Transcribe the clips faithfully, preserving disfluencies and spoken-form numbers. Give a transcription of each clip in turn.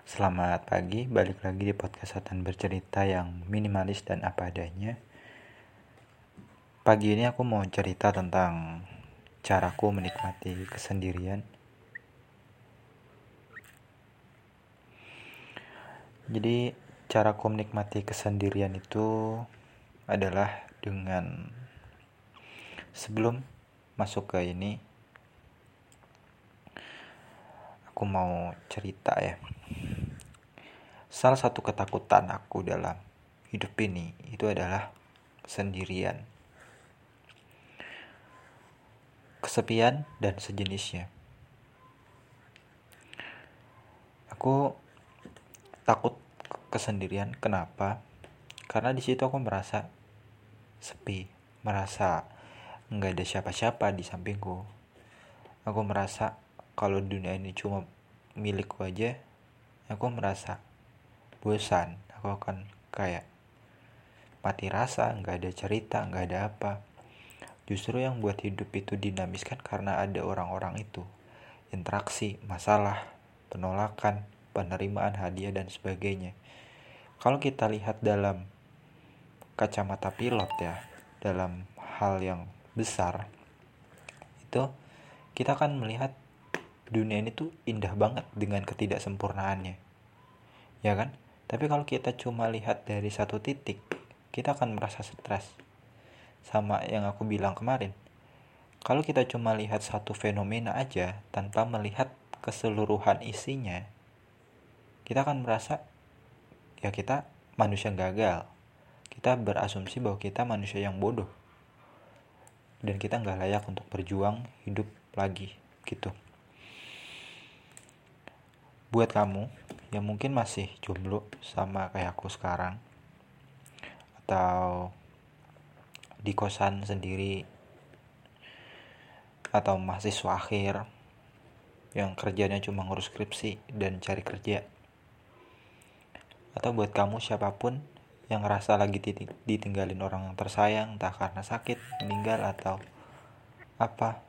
Selamat pagi, balik lagi di podcast Satan Bercerita yang minimalis dan apa adanya. Pagi ini aku mau cerita tentang caraku menikmati kesendirian. Jadi, caraku menikmati kesendirian itu adalah dengan sebelum masuk ke ini, aku mau cerita ya. Salah satu ketakutan aku dalam hidup ini itu adalah kesendirian, kesepian dan sejenisnya. Aku takut kesendirian. Kenapa? Karena di situ aku merasa sepi, merasa nggak ada siapa-siapa di sampingku. Aku merasa kalau dunia ini cuma milikku aja, aku merasa bosan. Aku akan kayak mati rasa, nggak ada cerita, nggak ada apa. Justru yang buat hidup itu dinamis kan karena ada orang-orang itu, interaksi, masalah, penolakan, penerimaan hadiah dan sebagainya. Kalau kita lihat dalam kacamata pilot ya, dalam hal yang besar, itu kita akan melihat dunia ini tuh indah banget dengan ketidaksempurnaannya, ya kan? Tapi kalau kita cuma lihat dari satu titik, kita akan merasa stres. Sama yang aku bilang kemarin, kalau kita cuma lihat satu fenomena aja tanpa melihat keseluruhan isinya, kita akan merasa ya kita manusia gagal. Kita berasumsi bahwa kita manusia yang bodoh dan kita nggak layak untuk berjuang hidup lagi gitu. Buat kamu yang mungkin masih jomblo sama kayak aku sekarang, atau di kosan sendiri, atau mahasiswa akhir yang kerjanya cuma ngurus skripsi dan cari kerja, atau buat kamu siapapun yang ngerasa lagi ditinggalin orang yang tersayang, entah karena sakit, meninggal, atau apa,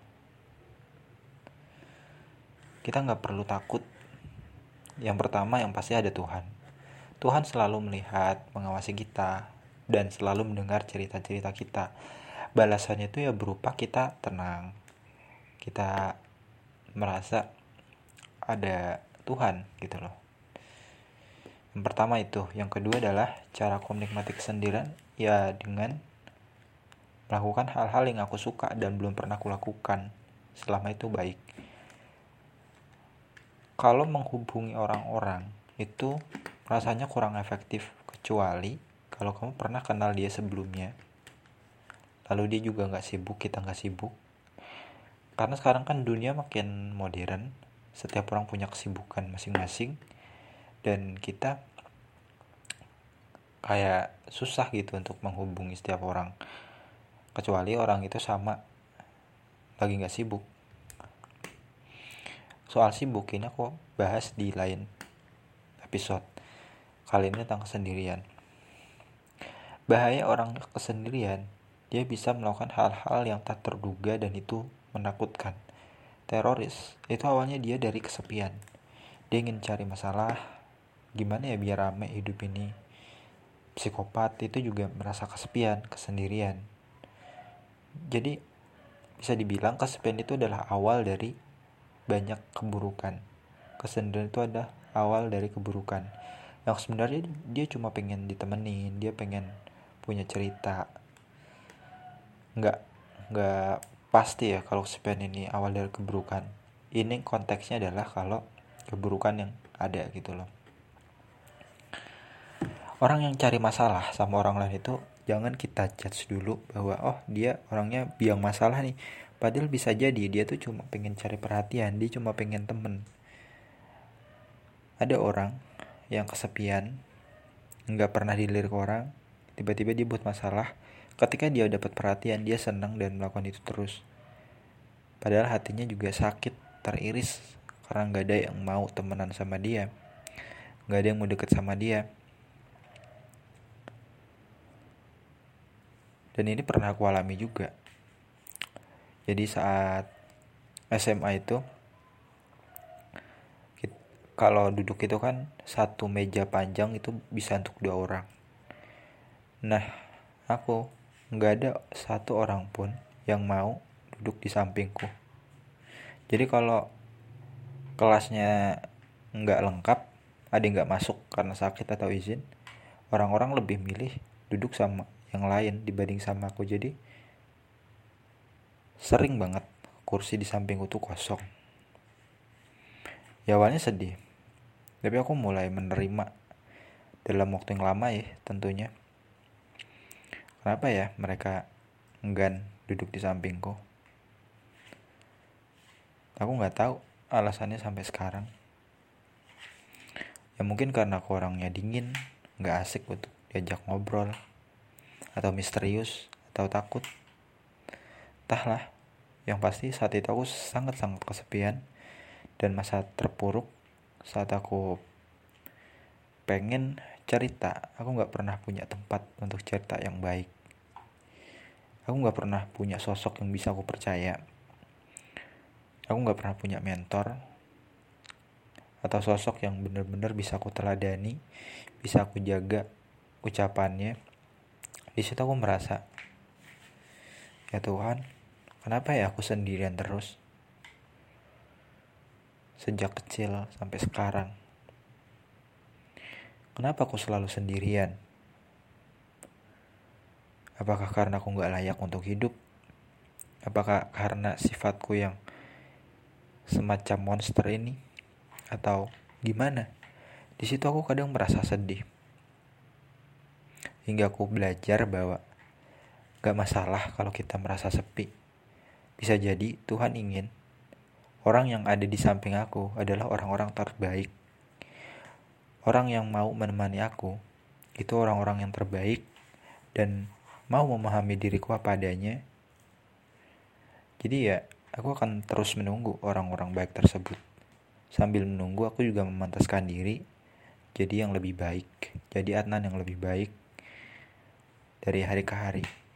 kita nggak perlu takut. Yang pertama, yang pasti ada Tuhan. Tuhan selalu melihat, mengawasi kita, dan selalu mendengar cerita-cerita kita. Balasannya itu ya berupa kita tenang, kita merasa ada Tuhan gitu loh. Yang pertama itu. Yang kedua adalah cara aku menikmati kesendirian ya dengan melakukan hal-hal yang aku suka dan belum pernah aku lakukan selama itu baik. Kalau menghubungi orang-orang itu rasanya kurang efektif, kecuali kalau kamu pernah kenal dia sebelumnya, lalu dia juga gak sibuk, kita gak sibuk. Karena sekarang kan dunia makin modern, setiap orang punya kesibukan masing-masing, dan kita kayak susah gitu untuk menghubungi setiap orang, kecuali orang itu sama lagi gak sibuk. Soal sibuk ini aku bahas di lain episode. Kali ini tentang kesendirian. Bahaya orang kesendirian, dia bisa melakukan hal-hal yang tak terduga dan itu menakutkan. Teroris, itu awalnya dia dari kesepian. Dia ingin cari masalah, gimana ya biar rame hidup ini. Psikopat itu juga merasa kesepian, kesendirian. Jadi bisa dibilang kesepian itu adalah awal dari banyak keburukan. Kesendirian itu ada awal dari keburukan. Yang sebenarnya dia cuma pengen ditemenin, dia pengen punya cerita. Nggak nggak pasti ya kalau kesepian ini awal dari keburukan. Ini konteksnya adalah kalau keburukan yang ada gitu loh. Orang yang cari masalah sama orang lain itu jangan kita judge dulu bahwa oh dia orangnya biang masalah nih. Padahal bisa jadi dia tuh cuma pengen cari perhatian, dia cuma pengen temen. Ada orang yang kesepian, nggak pernah dilirik orang, tiba-tiba dia buat masalah. Ketika dia dapat perhatian, dia senang dan melakukan itu terus. Padahal hatinya juga sakit, teriris karena nggak ada yang mau temenan sama dia, nggak ada yang mau deket sama dia. Dan ini pernah aku alami juga. Jadi saat S M A itu kalau duduk itu kan satu meja panjang itu bisa untuk dua orang. Nah, aku nggak ada satu orang pun yang mau duduk di sampingku. Jadi kalau kelasnya nggak lengkap, ada yang nggak masuk karena sakit atau izin, orang-orang lebih milih duduk sama yang lain dibanding sama aku. Jadi sering banget kursi di sampingku tuh kosong. Ya awalnya sedih, tapi aku mulai menerima dalam waktu yang lama ya tentunya. Kenapa ya mereka enggan duduk di sampingku? Aku nggak tahu alasannya sampai sekarang. Ya mungkin karena aku orangnya dingin, nggak asik untuk diajak ngobrol, atau misterius, atau takut. Entahlah. Yang pasti saat itu aku sangat-sangat kesepian dan masa terpuruk saat aku pengen cerita. Aku nggak pernah punya tempat untuk cerita yang baik. Aku nggak pernah punya sosok yang bisa aku percaya. Aku nggak pernah punya mentor atau sosok yang benar-benar bisa aku teladani, bisa aku jaga ucapannya. Di situ aku merasa, ya Tuhan, kenapa ya aku sendirian terus? Sejak kecil sampai sekarang. Kenapa aku selalu sendirian? Apakah karena aku gak layak untuk hidup? Apakah karena sifatku yang semacam monster ini? Atau gimana? Di situ aku kadang merasa sedih. Hingga aku belajar bahwa gak masalah kalau kita merasa sepi. Bisa jadi Tuhan ingin orang yang ada di samping aku adalah orang-orang terbaik. Orang yang mau menemani aku itu orang-orang yang terbaik dan mau memahami diriku apa adanya. Jadi ya, aku akan terus menunggu orang-orang baik tersebut. Sambil menunggu aku juga memantaskan diri jadi yang lebih baik. Jadi Adnan yang lebih baik dari hari ke hari.